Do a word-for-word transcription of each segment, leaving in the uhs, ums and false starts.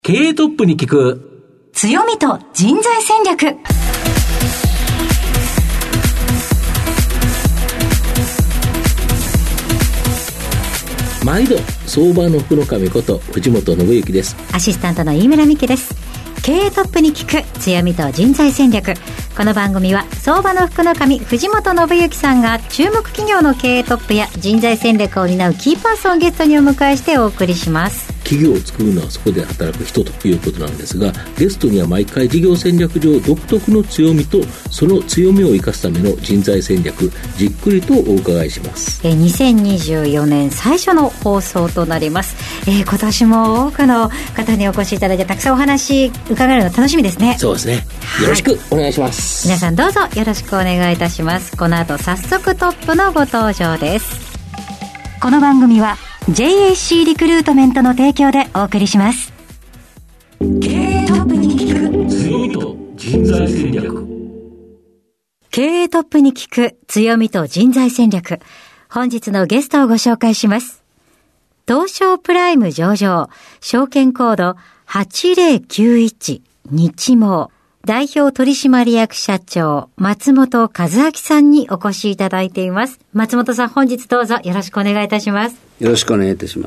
経営トップに聞く強みと人材戦略。 毎度相場の福の神こと藤本信之です。 アシスタントの飯村美希です。経営トップに聞く強みと人材戦略。この番組は相場の福の神藤本信之さんが注目企業の経営トップや人材戦略を担うキーパーソンをゲストにお迎えしてお送りします。 企業を作るのはそこで働く人ということなんですが、ゲストには毎回事業戦略上独特の強みとその強みを生かすための人材戦略、じっくりとお伺いします。 えにせんにじゅうよねん最初の放送となります。えー、今年も多くの方にお越しいただいてたくさんお話伺えるの楽しみですね。 そうですね、よろしくお願いします。 皆さんどうぞよろしくお願いいたします。この後早速トップのご登場です。この番組は ジェイエーシー リクルートメントの提供でお送りします。経営トップに聞く強みと人材戦略。 経営トップに聞く強みと人材戦略。本日のゲストをご紹介します。東証プライム上場、証券コードはちぜろきゅういち日毛代表取締役社長松本和明さんにお越しいただいています。松本さん、本日どうぞよろしくお願いいたします。 よろしくお願いいたします。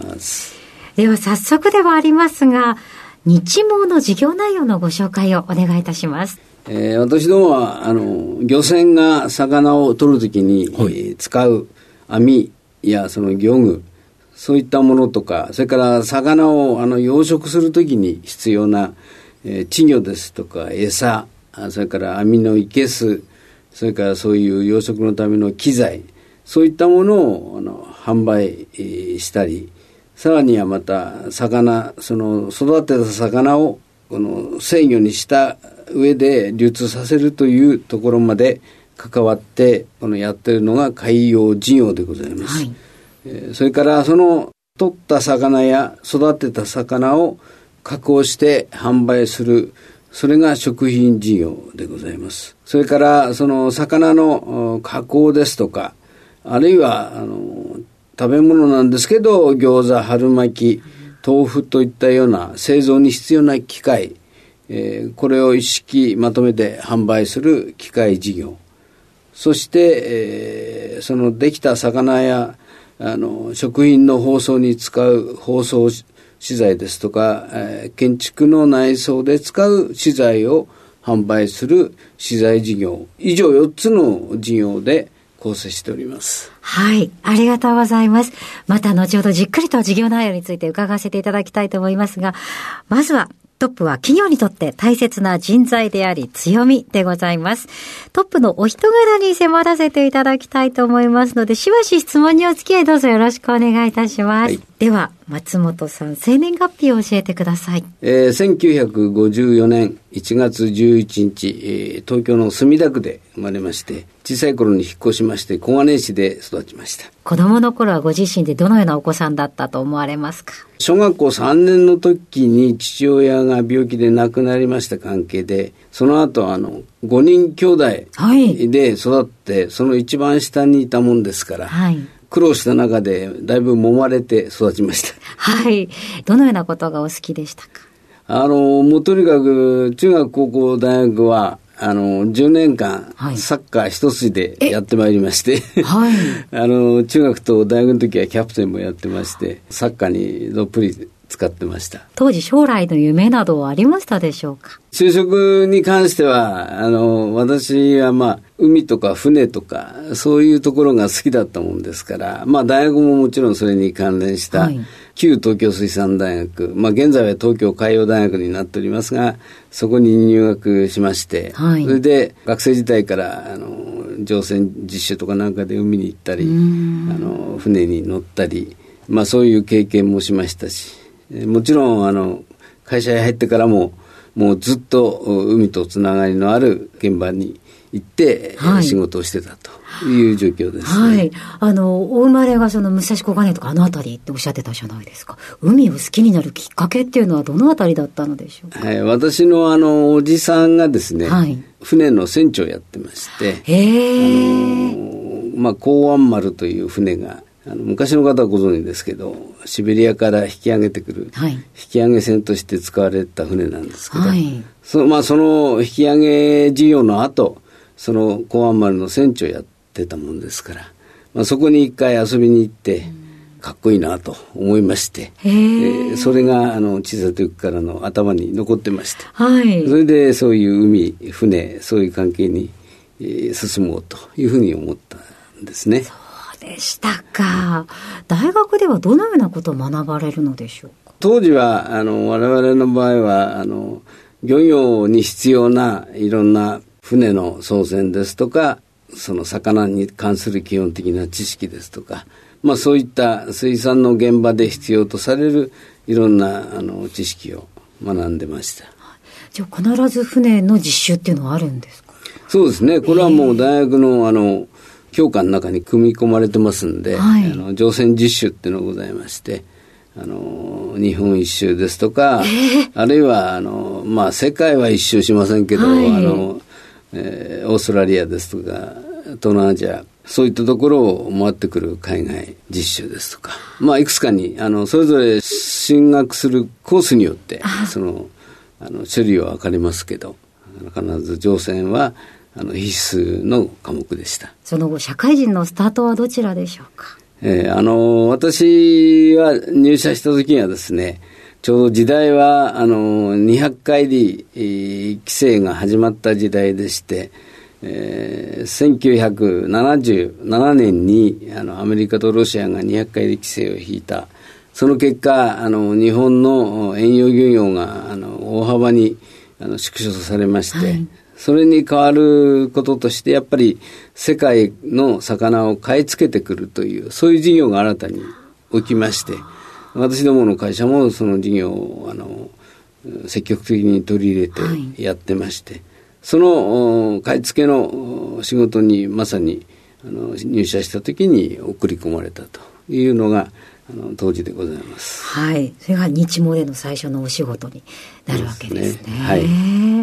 では早速ではありますが、日毛の事業内容のご紹介をお願いいたします。 えー、私どもはあの漁船が魚を取るときに、はい、えー、使う網やその漁具、そういったものとか、それから魚をあの養殖するときに必要な、えー、稚魚ですとか餌、それから網の生けす、それからそういう養殖のための機材、そういったものをあの販売、えー、したり、さらにはまた魚、その育てた魚をこの制御にした上で流通させるというところまで関わってこのやっているのが海洋事業でございます。はい、えー、それからその取った魚や育てた魚を加工して販売する、それが食品事業でございます。それからその魚の加工ですとか、あるいはあの食べ物なんですけど餃子、春巻き、豆腐といったような製造に必要な機械、えー、これを一式まとめて販売する機械事業、そして、えー、そのできた魚やあの食品の包装に使う包装資材ですとか、えー、建築の内装で使う資材を販売する資材事業、以上よっつの事業で構成しております。 はい、ありがとうございます。また後ほどじっくりと事業内容について伺わせていただきたいと思いますが、まずはトップは企業にとって大切な人材であり強みでございます。トップのお人柄に迫らせていただきたいと思いますので、しばし質問にお付き合いどうぞよろしくお願いいたします。はい、では松本さん、生年月日を教えてください。 えー、せんきゅうひゃくごじゅうよねんいちがつじゅういちにち、えー、東京の墨田区で生まれまして、小さい頃に引っ越しまして小金井市で育ちました。 子供の頃はご自身でどのようなお子さんだったと思われますか？ 小学校さんねんの時に父親が病気で亡くなりました関係で、その後あのごにん兄弟で育って、はい、その一番下にいたもんですから、はい、苦労した中でだいぶ揉まれて育ちました。 はい。どのようなことがお好きでしたか？ あのもうとにかく中学高校大学はあのじゅうねんかん、はい、サッカー一筋でやってまいりまして、はい、あの中学と大学の時はキャプテンもやってまして、サッカーにどっぷり使ってました。 当時将来の夢などはありましたでしょうか？ 就職に関してはあの私はまあ海とか船とかそういうところが好きだったもんですから、まあ大学ももちろんそれに関連した、はい、旧東京水産大学、まあ現在は東京海洋大学になっておりますが、そこに入学しまして、はい、それで学生時代からあの乗船実習とかなんかで海に行ったり、あの船に乗ったり、まあそういう経験もしましたし、もちろんあの会社へ入ってからももうずっと海とつながりのある現場に行って、はい、仕事をしてたという状況ですね。はい。 あのお生まれがその武蔵小金とかあの辺りっておっしゃってたじゃないですか。海を好きになるきっかけっていうのはどの辺りだったのでしょうか？ はい、私のあのおじさんがですね、はい、船の船長をやってまして、へー、あのまあ港湾丸という船があの昔の方はご存知ですけど、シベリアから引き上げてくる、はい、引き上げ船として使われた船なんですけど、はい、そのまあ、その引き上げ事業の後、その港湾丸の船長やってたもんですから、まあ、そこに一回遊びに行って、かっこいいなと思いまして、えー、それがあの小さい時からの頭に残ってまして、はい、それでそういう海、船、そういう関係に、えー、進もうというふうに思ったんですね。 そうでしたか。大学ではどのようなことを学ばれるのでしょうか。 当時はあの我々の場合はあの漁業に必要ないろんな船の操船ですとか、その魚に関する基本的な知識ですとか、まあ、そういった水産の現場で必要とされるいろんなあの知識を学んでました。 じゃあ必ず船の実習っていうのはあるんですか。 そうですね。これはもう大学のあの教科の中に組み込まれてますんで、はい、あの乗船実習っていうのがございまして、あの日本一周ですとか、あるいはあの、まあ、世界は一周しませんけど、はい、あのえー、オーストラリアですとか東南アジア、そういったところを回ってくる海外実習ですとか、まあ、いくつかにあのそれぞれ進学するコースによってそのあの種類は分かれますけど、必ず乗船はあの必須の科目でした。 その後社会人のスタートはどちらでしょうか。 えー、あの私は入社した時にはですね、ちょうど時代はあのにひゃくかいり、えー、規制が始まった時代でして、えー、せんきゅうひゃくななじゅうななねんにあのアメリカとロシアがにひゃくかいり規制を引いた。その結果あの日本の遠洋漁業があの大幅にあの縮小されまして、はい、それに代わることとしてやっぱり世界の魚を買い付けてくるという、そういう事業が新たに起きまして、私どもの会社もその事業をあの積極的に取り入れてやってまして、はい、その買い付けの仕事にまさにあの入社した時に送り込まれたというのがあの当時でございます。 はい。それが日モでの最初のお仕事になるわけですね。ですね。はい。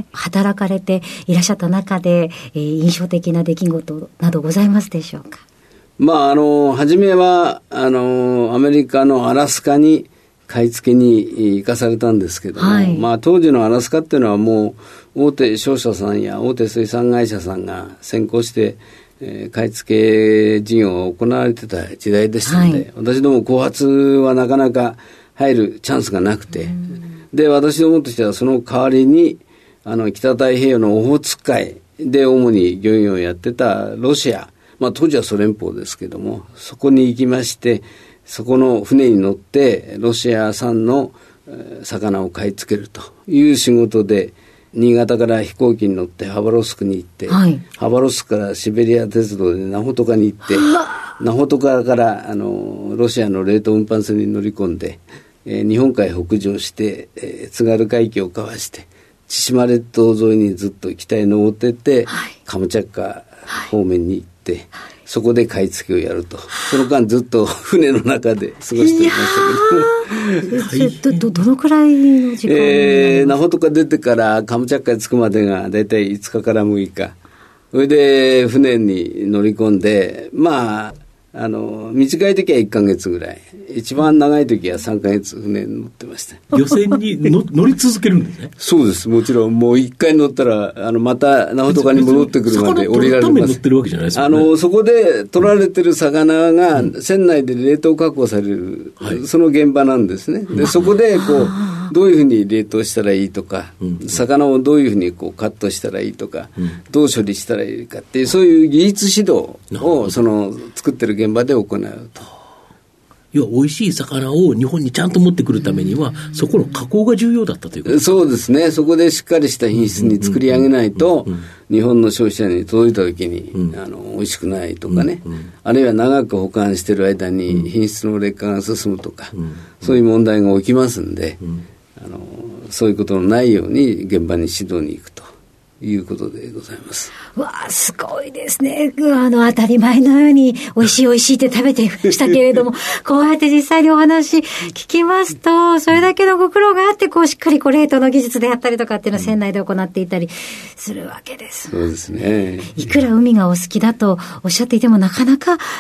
働かれていらっしゃった中で、えー、印象的な出来事などございますでしょうか。 まあ、あの初めはあのアメリカのアラスカに買い付けに行かされたんですけども、はい、まあ、当時のアラスカっていうのはもう大手商社さんや大手水産会社さんが先行して、えー、買い付け事業が行われてた時代でしたので、はい、私ども後発はなかなか入るチャンスがなくて、で私どもとしてはその代わりにあの北太平洋のオホーツク海で主に漁業をやってたロシア、まあ、当時はソ連邦ですけども、そこに行きまして、そこの船に乗ってロシア産の魚を買い付けるという仕事で、新潟から飛行機に乗ってハバロフスクに行って、はい、ハバロフスクからシベリア鉄道でナホトカに行って、ナホトカからあのロシアの冷凍運搬船に乗り込んで、えー、日本海北上して、えー、津軽海峡をかわして千島列島沿いにずっと北へ登っていって、はい、カムチャッカ方面に行って、はい、そこで買い付けをやると。その間ずっと船の中で過ごしていましたけどど, どのくらいの時間、 えー、ナホトカ出てからカムチャッカに着くまでがだいたいいつかからむいか、それで船に乗り込んで、まああの短い時はいっかげつぐらい、一番長い時はさんかげつ船に乗ってました。 漁船にの乗り続けるんですね。 そうです。もちろんもう一回乗ったらあのまたナホトカに戻ってくるまで降りられます。 魚取るために乗ってるわけじゃないですか、ね、 あのそこで取られてる魚が船内で冷凍確保される、うん、その現場なんですね。でそこでこうどういうふうに冷凍したらいいとか、うん、魚をどういうふうにこうカットしたらいいとか、うん、どう処理したらいいかっていう、そういう技術指導をその作ってる現場で行うと。 要は美味しい魚を日本にちゃんと持ってくるためには、うん、そこの加工が重要だったということですか。 そうですね。そこでしっかりした品質に作り上げないと、日本の消費者に届いた時に、うん、あの美味しくないとかね、うんうん、あるいは長く保管している間に品質の劣化が進むとか、うん、そういう問題が起きますんで、うん、あのそういうことのないように現場に指導に行くということでございます。 わあ、すごいですね。あの当たり前のように美味しい美味しいって食べていましたけれどもこうやって実際にお話聞きますと、それだけのご苦労があってこうしっかりこう冷凍の技術であったりとかっていうのを船内で行っていたりするわけです。 そうですね。 いくら海がお好きだとおっしゃっていてもなかなか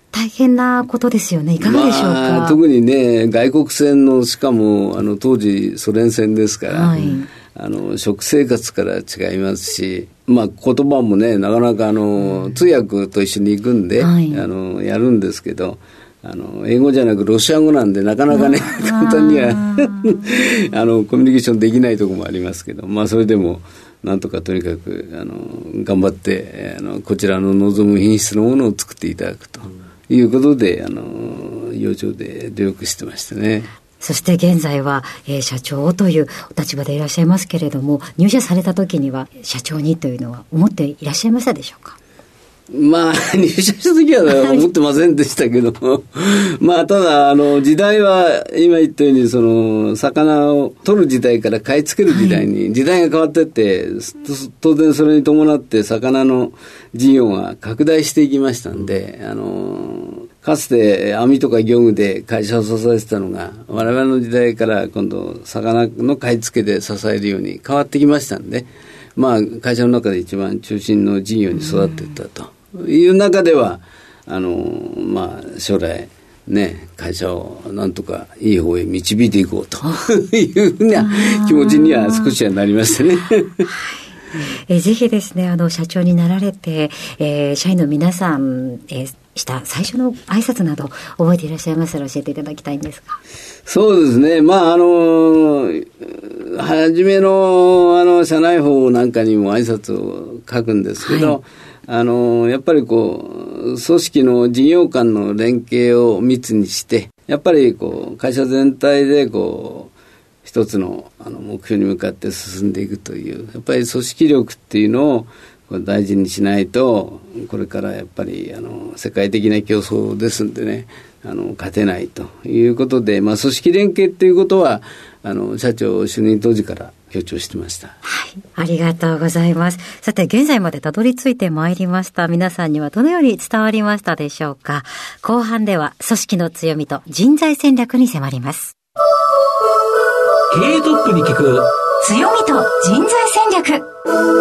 大変なことですよね。いかがでしょうか。 まあ、特にね、外国船の、しかもあの当時ソ連船ですから、はい、あの食生活から違いますし、まあ、言葉もね、なかなかあの、うん、通訳と一緒に行くんで、はい、あのやるんですけど、あの英語じゃなくロシア語なんでなかなかね簡単にはあのコミュニケーションできないところもありますけど、まあ、それでもなんとかとにかくあの頑張ってあのこちらの望む品質のものを作っていただくということで、あの洋上で努力してましたね。 そして現在は、えー、社長というお立場でいらっしゃいますけれども、入社された時には社長にというのは思っていらっしゃいましたでしょうか。 まあ、入社した時は思ってませんでしたけども、まあ、ただ、あの、時代は、今言ったように、その、魚を取る時代から買い付ける時代に、時代が変わってって、はい、当然それに伴って、魚の事業が拡大していきましたんで、あの、かつて網とか漁具で会社を支えてたのが、我々の時代から今度、魚の買い付けで支えるように変わってきましたんで、まあ、会社の中で一番中心の事業に育っていったと。いう中ではあの、まあ、将来ね、会社をなんとかいい方へ導いていこうというふうな気持ちには少しはなりましたね。 えぜひですね、あの社長になられて、えー、社員の皆さん、えー、した最初の挨拶など覚えていらっしゃいましたら教えていただきたいんですが。 そうですね、まああの初めのあの社内法なんかにも挨拶を書くんですけど、はい、あのやっぱりこう組織の事業間の連携を密にして、やっぱりこう会社全体でこう一つのあの目標に向かって進んでいくという、やっぱり組織力っていうのを大事にしないと、これからやっぱりあの世界的な競争ですんでね、あの勝てないということで、まあ、組織連携っていうことはあの社長就任当時から強調してました。 はい、ありがとうございます。さて、現在までたどり着いてまいりました皆さんにはどのように伝わりましたでしょうか。後半では組織の強みと人材戦略に迫ります。 経営トップに聞く強みと人材戦略。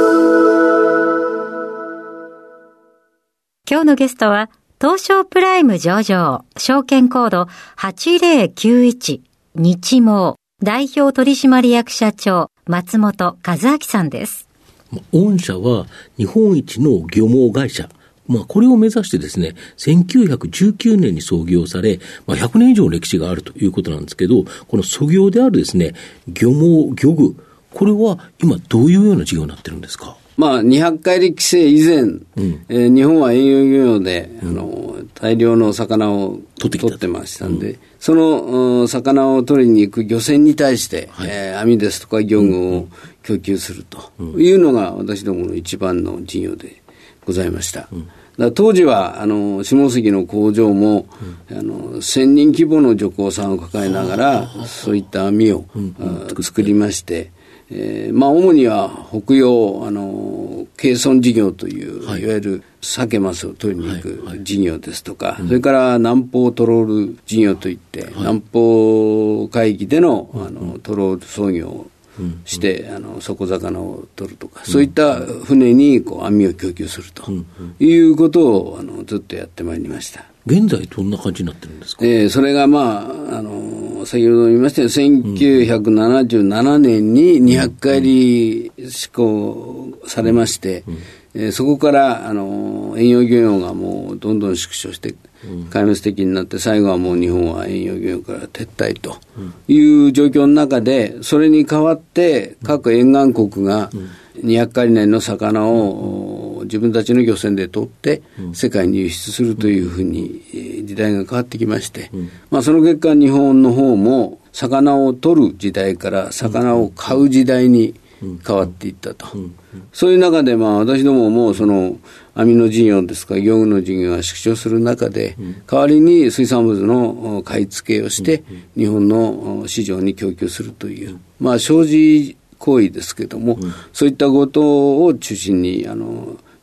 今日のゲストは東証プライム上場証券コードはちぜろきゅういち日毛代表取締役社長松本和明さんです。 御社は日本一の漁網会社、まあ、これを目指してですね、せんきゅうひゃくじゅうきゅうねんに創業され、まあ、ひゃくねん以上の歴史があるということなんですけど、この創業であるですね、漁網、漁具、これは今どういうような事業になってるんですか。 まあ、にひゃっかいり規制以前、うんえー、日本は遠洋漁業で、うん、あの大量の魚を取ってましたんで、うん、その魚を取りに行く漁船に対して、はいえー、網ですとか漁具を供給するというのが私どもの一番の事業でございました。うん、だから当時はあの下関の工場も、うん、あのせんにん規模の女工さんを抱えながらそういった網を、うん、作りまして、えー、まあ主には北洋あのケイソン事業という、はい、いわゆる鮭マスを取りに行く事業ですとか、はいはい、それから南方トロール事業といって、はい、南方海域での、あのトロール操業をして、うん、あの底魚を取るとか、うん、そういった船にこう網を供給するということをあのずっとやってまいりました。 現在どんな感じになってるんですか。 えー、それがまああの先ほど言いましたようにせんきゅうひゃくななじゅうななねんににひゃっかいり施行されまして、うんうんえー、そこからあの遠洋漁業がもうどんどん縮小して壊滅的になって、最後はもう日本は遠洋漁業から撤退という状況の中で、それに代わって各沿岸国がにひゃっかいりねんの魚を自分たちの漁船で取って世界に輸出するというふうに時代が変わってきまして、まあ、その結果日本の方も魚を取る時代から魚を買う時代に変わっていったと、うんうん、そういう中でまあ私どももその網の事業ですか漁具の事業が縮小する中で、うん、代わりに水産物の買い付けをして、うん、日本の市場に供給するという、うん、まあ商事行為ですけども、うん、そういったことを中心にあの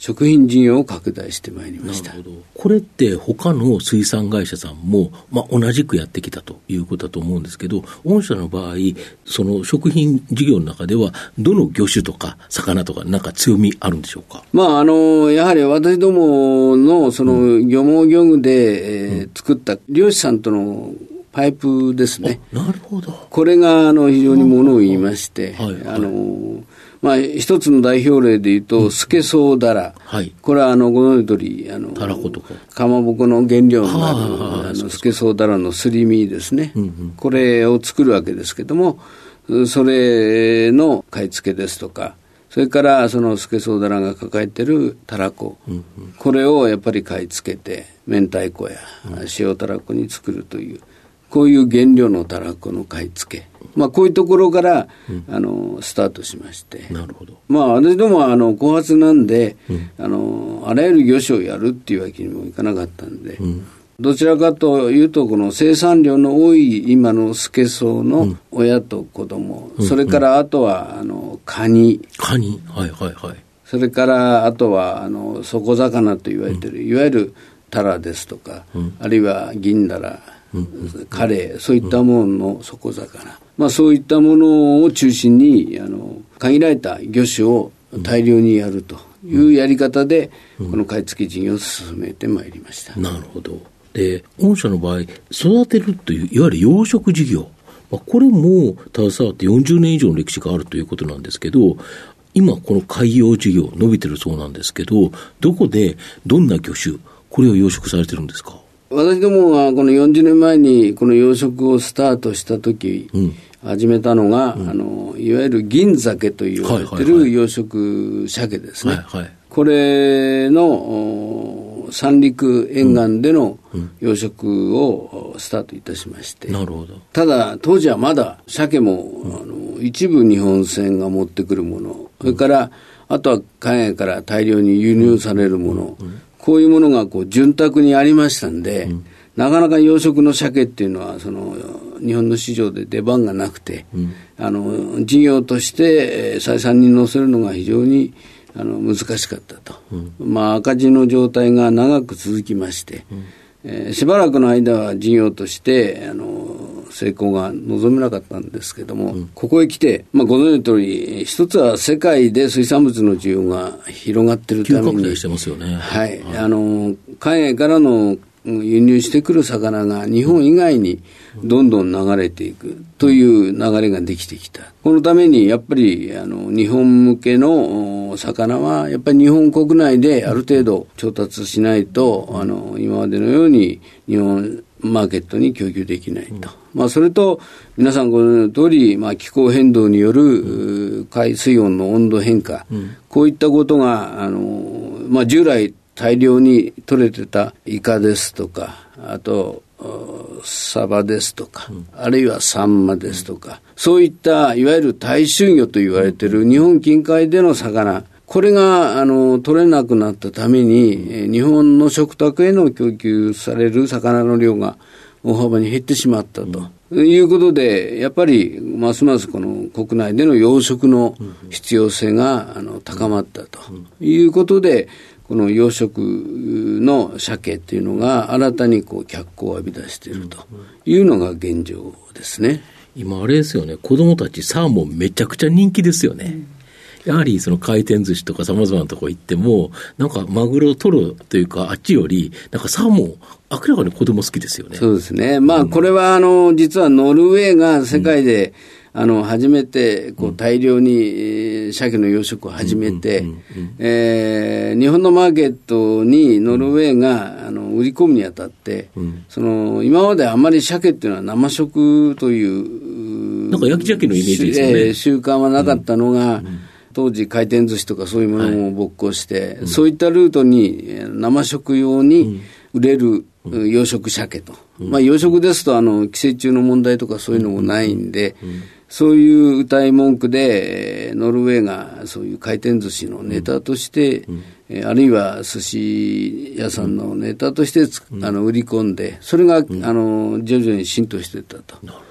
食品事業を拡大してまいりました。 なるほど。これって他の水産会社さんも、まあ、同じくやってきたということだと思うんですけど、御社の場合その食品事業の中ではどの魚種とか魚とかなんか強みあるんでしょうか。 まあ、あのやはり私どものその漁網漁具で、うんえー、作った漁師さんとのパイプですね。 なるほど。 これがあの非常にものを言いまして、はいはい、あのまあ、一つの代表例で言うと、うん、スケソウダラ、はい、これはあのご存じの通りあのタラコとかかまぼこの原料になるあのスケソウダラのすり身ですね、うんうん、これを作るわけですけども、それの買い付けですとか、それからそのスケソウダラが抱えているタラコ、うんうん、これをやっぱり買い付けて明太子や塩タラコに作るという、こういう原料のタラコの買い付け、まあ、こういうところから、うん、あのスタートしまして、 なるほど。 まあ、私どもはあの後発なんで、うん、あのあらゆる魚種をやるっていうわけにもいかなかったんで、うん、どちらかというとこの生産量の多い今のスケソウの親と子供、うん、それからあとはあのカニカニはいはいはい、 それからあとはあの底魚と言われている、うん、いわゆるタラですとか、うん、あるいは銀ダラ、うん、カレー、そういったものの底魚、まあ、そういったものを中心にあの限られた魚種を大量にやるというやり方で、うん、この買い付け事業を進めてまいりました。 なるほど。で、御社の場合育てるといういわゆる養殖事業、まあ、これも携わってよんじゅうねん以上の歴史があるということなんですけど、今この海洋事業伸びてるそうなんですけど、どこでどんな魚種これを養殖されてるんですか。 私どもはこのよんじゅうねんまえにこの養殖をスタートした時、うん、始めたのが、うん、あのいわゆる銀鮭と言われてる養殖鮭ですね、はいはいはい、これの三陸沿岸での養殖をスタートいたしまして、うんうん、なるほど。ただ当時はまだ鮭も、うん、あの一部日本船が持ってくるもの、それからあとは海外から大量に輸入されるもの、うんうん、こういうものがこう潤沢にありましたんで、うん、なかなか養殖の鮭っていうのはその日本の市場で出番がなくて、うん、あの事業として採算に乗せるのが非常にあの難しかったと、うん、まあ、赤字の状態が長く続きまして、うんえー、しばらくの間は事業としてあの成功が望めなかったんですけども、うん、ここへ来て、まあ、ご存知の通り一つは世界で水産物の需要が広がっているために急拡大してますよね、 はいはい、あの海外からの輸入してくる魚が日本以外にどんどん流れていくという流れができてきた。このためにやっぱりあの日本向けの魚はやっぱり日本国内である程度調達しないと、あの今までのように日本マーケットに供給できないと、まあ、それと皆さんご存知の通り、まあ、気候変動による海水温の温度変化、こういったことがあの、まあ、従来大量に取れてたイカですとか、あとサバですとか、うん、あるいはサンマですとか、うん、そういったいわゆる大衆魚と言われている日本近海での魚、これがあの取れなくなったために、うん、日本の食卓への供給される魚の量が大幅に減ってしまったと、うん、いうことで、やっぱりますますこの国内での養殖の必要性があの高まったということで、この養殖の鮭っていうのが新たにこう脚光を浴び出しているというのが現状ですね。 今あれですよね、子どもたちサーモンめちゃくちゃ人気ですよね、うん、やはりその回転寿司とかさまざまなところ行ってもなんかマグロを取るというかあっちよりなんかサーモン明らかに子ども好きですよね。 そうですね、まあこれはあの実はノルウェーが世界で、うんあの初めてこう大量に鮭の養殖を始めて、えー、日本のマーケットにノルウェーがあの売り込むにあたって、うん、その今まであまり鮭っていうのは生食というなんか焼き鮭のイメージですよね、 えー、習慣はなかったのが、うんうん、当時回転寿司とかそういうものも勃興して、はい、そういったルートに生食用に売れる養殖鮭と、うんまあ、養殖ですとあの寄生虫の問題とかそういうのもないんで、うんうんそういう歌い文句でノルウェーがそういう回転寿司のネタとして、うんうん、あるいは寿司屋さんのネタとして、うん、あの売り込んでそれが、うん、あの徐々に浸透していったと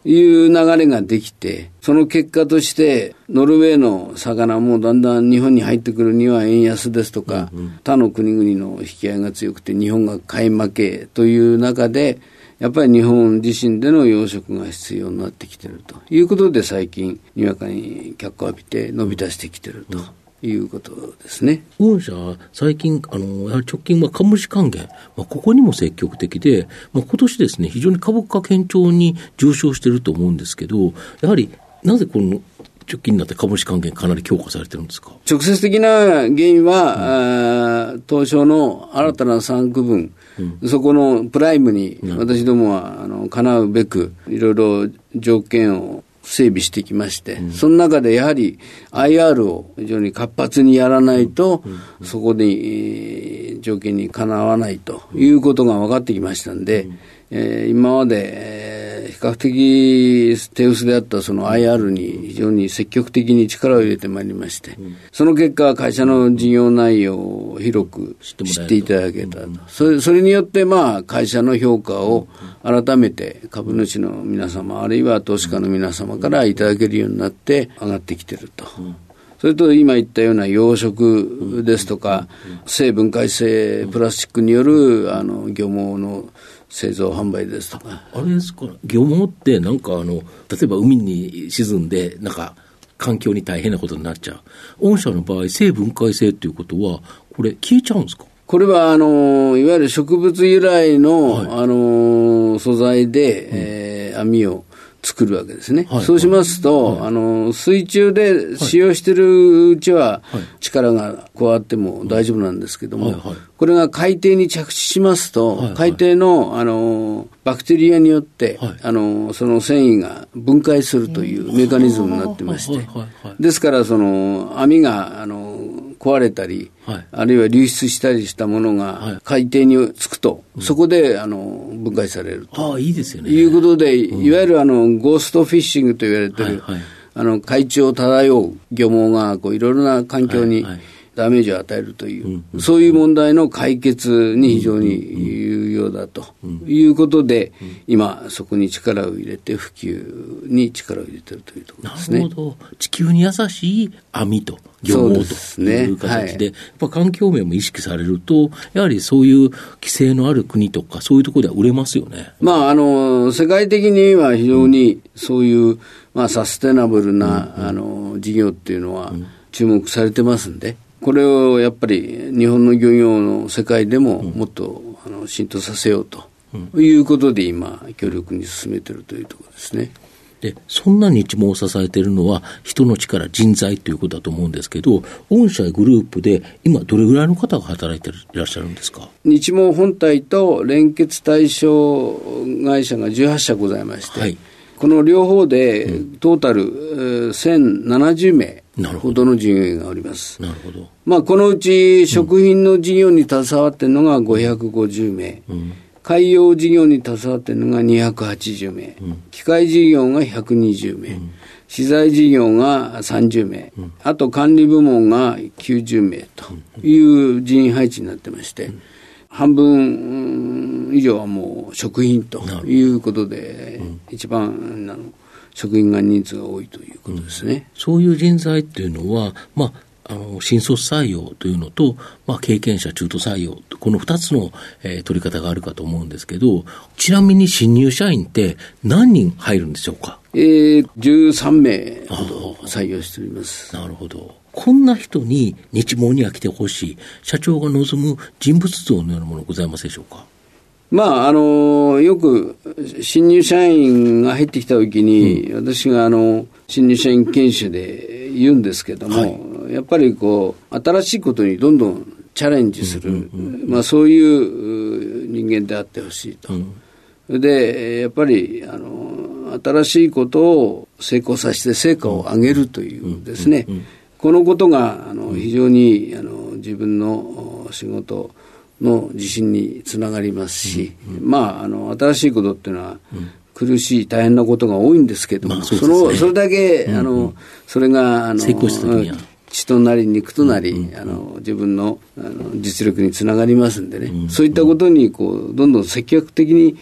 いう流れができて、その結果としてノルウェーの魚もだんだん日本に入ってくるには円安ですとか、うんうん、他の国々の引き合いが強くて日本が買い負けという中で、やっぱり日本自身での養殖が必要になってきているということで、最近にわかに脚光を浴びて伸び出してきているということですね。 御社最近あのやはり直近は株主還元、まあ、ここにも積極的で、まあ、今年ですね非常に株価堅調に上昇していると思うんですけど、やはりなぜこの直近になって株主還元かなり強化されてるんですか。 直接的な原因は、うん、東証の新たな産区分、うん、そこのプライムに私どもはあの叶うべくいろいろ条件を整備してきまして、うん、その中でやはり アイアール を非常に活発にやらないと、うんうんうん、そこで、えー、条件にかなわないということが分かってきましたんで、うんえー、今まで、えー、比較的手薄であったその アイアール に非常に積極的に力を入れてまいりまして、うん、その結果会社の事業内容を広く知っていただけたと、うん、それ、それによってまあ会社の評価を改めて株主の皆様あるいは投資家の皆様からいただけるようになって上がってきていると、うんそれと今言ったような養殖ですとか、生分解性プラスチックによるあの漁網の製造販売ですとか。 あれですか、漁網ってなんかあの例えば海に沈んでなんか環境に大変なことになっちゃう。御社の場合生分解性ということはこれ消えちゃうんですか。 これはあのいわゆる植物由来の、はい、あの素材で、うんえー、網を作るわけですね、はい、そうしますと、はい、あの水中で使用しているうちは力が加わっても大丈夫なんですけども、はいはい、これが海底に着地しますと、はいはい、海底の、あのバクテリアによって、はい、あのその繊維が分解するというメカニズムになってまして、ですからその網があの壊れたり、はい、あるいは流出したりしたものが海底につくと、はい、そこであの分解されると、 ああいいですよね、 いうことで、いわゆるあのゴーストフィッシングと言われている、はいはい、あの海中を漂う漁網がこういろいろな環境にダメージを与えるという、はいはい、そういう問題の解決に非常に有用だということで、うんうん、今そこに力を入れて普及に力を入れているというところですね。 なるほど。地球に優しい網と漁網という形で、やっぱ環境面も意識されると、やはりそういう規制のある国とかそういうところでは売れますよね。 まああの世界的には非常にそういう、うん、まあサステナブルな、うん、あの事業っていうのは注目されてますんで、これをやっぱり日本の漁業の世界でももっと、うん、あの浸透させようということで今強力に進めているというところですね。 でそんな日毛を支えているのは人の力、人材ということだと思うんですけど、御社グループで今どれぐらいの方が働いていらっしゃるんですか。 日毛本体と連結対象会社がじゅうはっしゃございまして、はい、この両方でトータル、うん、せんななじゅうめいほどの従業員がおります。 なるほど。 まあ、このうち食品の事業に携わっているのがごひゃくごじゅうめい、うん、海洋事業に携わっているのがにひゃくはちじゅうめい、うん、機械事業がひゃくにじゅうめい、うん、資材事業がさんじゅうめい、うん、あと管理部門がきゅうじゅうめいという人員配置になってまして、うん、半分以上はもう食品ということで、うん、一番あの職員が人数が多いということですね、うん、 そういう人材っていうのは、まあ、あの新卒採用というのと、まあ、経験者中途採用このふたつの、えー、取り方があるかと思うんですけど、ちなみに新入社員って何人入るんでしょうか。 えー、じゅうさんめいほど採用しております。 なるほど。こんな人に日毛には来てほしい、社長が望む人物像のようなものございますでしょうか。 まあ、あのよく新入社員が入ってきたときに、うん、私があの新入社員研修で言うんですけども、はい、やっぱりこう新しいことにどんどんチャレンジする、うんうんうん、まあ、そういう人間であってほしいと、うん、でやっぱりあの新しいことを成功させて成果を上げるというですね、うんうんうんうん、このことがあの非常にあの自分の仕事の自信につながりますし、うんうん、まあ、あの新しいことっていうのは、うん、苦しい大変なことが多いんですけども、まあ そ, ね、そ, のそれだけ、うんうん、あのそれがあの成功した時には血となり肉となり、うんうん、あの自分 の, あの実力につながりますんでね、うんうん、そういったことにこうどんどん積極的に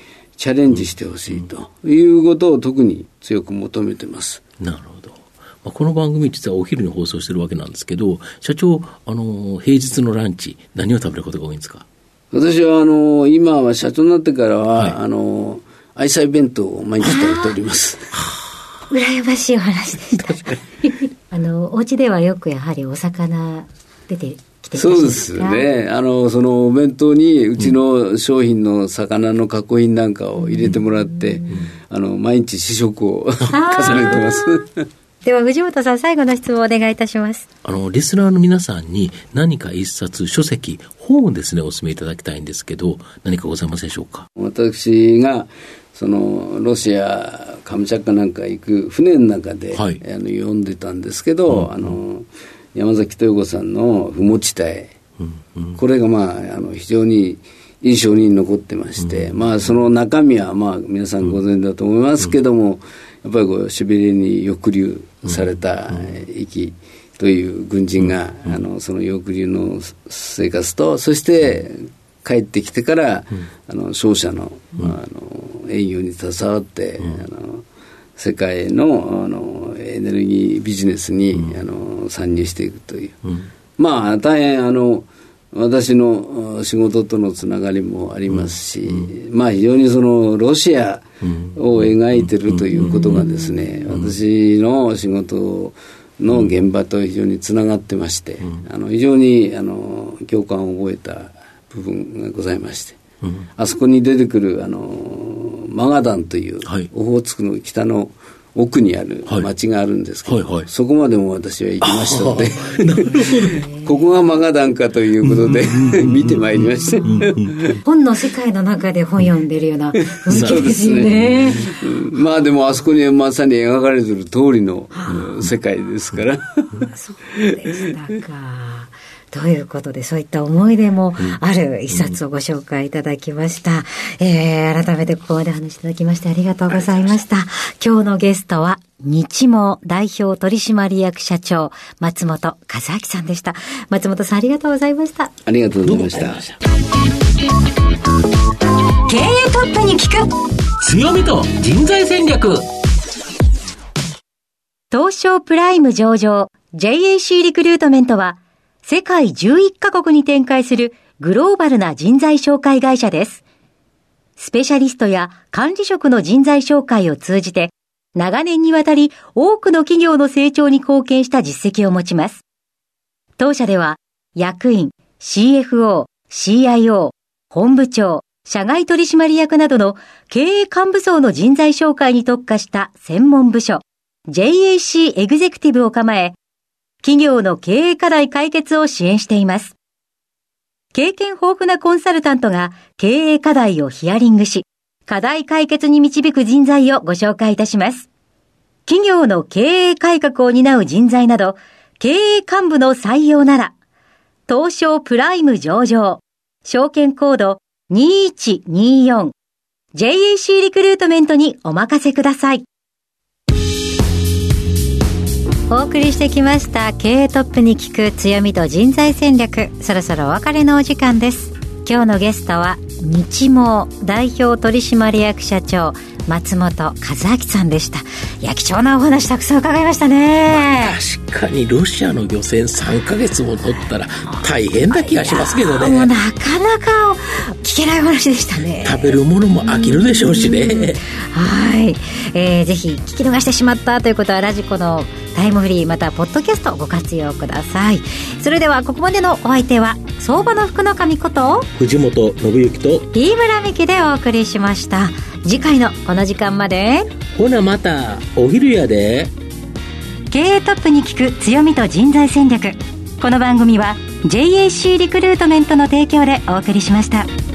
チャレンジしてほしいということを特に強く求めてます。 なるほど。まあ、この番組実はお昼に放送してるわけなんですけど、社長、あの平日のランチ何を食べることが多いんですか？ 私はあの今は社長になってからは、はい、あの愛妻弁当を毎日食べております。 羨ましいお話でした。あのお家ではよくやはりお魚出てきてそうですね。あのそのお弁当にうちの商品の魚の加工品なんかを入れてもらって、うん、あの毎日試食を重ねてます。 では藤本さん、最後の質問をお願いいたします。 あのリスナーの皆さんに何か一冊書籍本をですねお勧めいただきたいんですけど、何かございますでしょうか？ 私がそのロシアカムチャッカなんか行く船の中で、はい、あの読んでたんですけど、うん、あの山崎豊子さんの不毛地帯、うんうん、これがまああの非常に印象に残ってまして、うん、まあその中身はまあ皆さんご存知だと思いますけども、うん、やっぱりこうシベリアに抑留された壱岐という軍人が、うん、あのその抑留の生活と、そして帰ってきてから、うん、あの商社の、うん、あの営業に携わって、うん、あの世界 の, あのエネルギービジネスに、うん、あの参入していくという、うん、まあ大変あの私の仕事とのつながりもありますし、うん、まあ非常にそのロシアを描いているということがですね、うん、私の仕事の現場と非常につながってまして、うん、あの非常にあの共感を覚えた部分がございまして、うん、あそこに出てくるあのマガダンという、はい、オホーツクの北の奥にある町があるんですけど、はいはいはい、そこまでも私は行きましたのでここがマガダンかということで見てまいりました本の世界の中で本読んでるような雰囲気ですよね。 まあでもあそこにまさに描かれている通りの世界ですからそうでしたか。ということで、そういった思い出もある一冊をご紹介いただきました。うん、えー、改めてここまで話していただきましてありがとうございました。今日のゲストは、日毛代表取締役社長、松本和明さんでした。松本さん、ありがとうございました。 ありがとうございました。 経営トップに聞く強みと人材戦略。 東証プライム上場 ジェイエーシー リクルートメントは、世界じゅういっカ国に展開するグローバルな人材紹介会社です。スペシャリストや管理職の人材紹介を通じて、長年にわたり多くの企業の成長に貢献した実績を持ちます。当社では、役員、シーエフオー、シーアイオー、本部長、社外取締役などの経営幹部層の人材紹介に特化した専門部署、ジェイエーシー エグゼクティブを構え、企業の経営課題解決を支援しています。経験豊富なコンサルタントが経営課題をヒアリングし、課題解決に導く人材をご紹介いたします。企業の経営改革を担う人材など、経営幹部の採用なら、東証プライム上場、証券コードにいちによん、ジェイエーシー リクルートメントにお任せください。お送りしてきました経営トップに聞く強みと人材戦略、そろそろお別れのお時間です。今日のゲストは日毛代表取締役社長松本和明さんでした。いや、貴重なお話たくさん伺いましたね。 まあ、確かにロシアの漁船さんかげつも乗ったら大変な気がしますけどね。 もうなかなか聞けないお話でしたね。 食べるものも飽きるでしょうしね。 はい、えー、ぜひ聞き逃してしまったということはラジコのタイムフリーまたポッドキャストをご活用ください。それではここまでのお相手は相場の福の神こと藤本信之と飯村美希でお送りしました。次回のこの時間まで、 ほなまたお昼やで。 経営トップに聞く強みと人材戦略。この番組は ジェイエーシー リクルートメントの提供でお送りしました。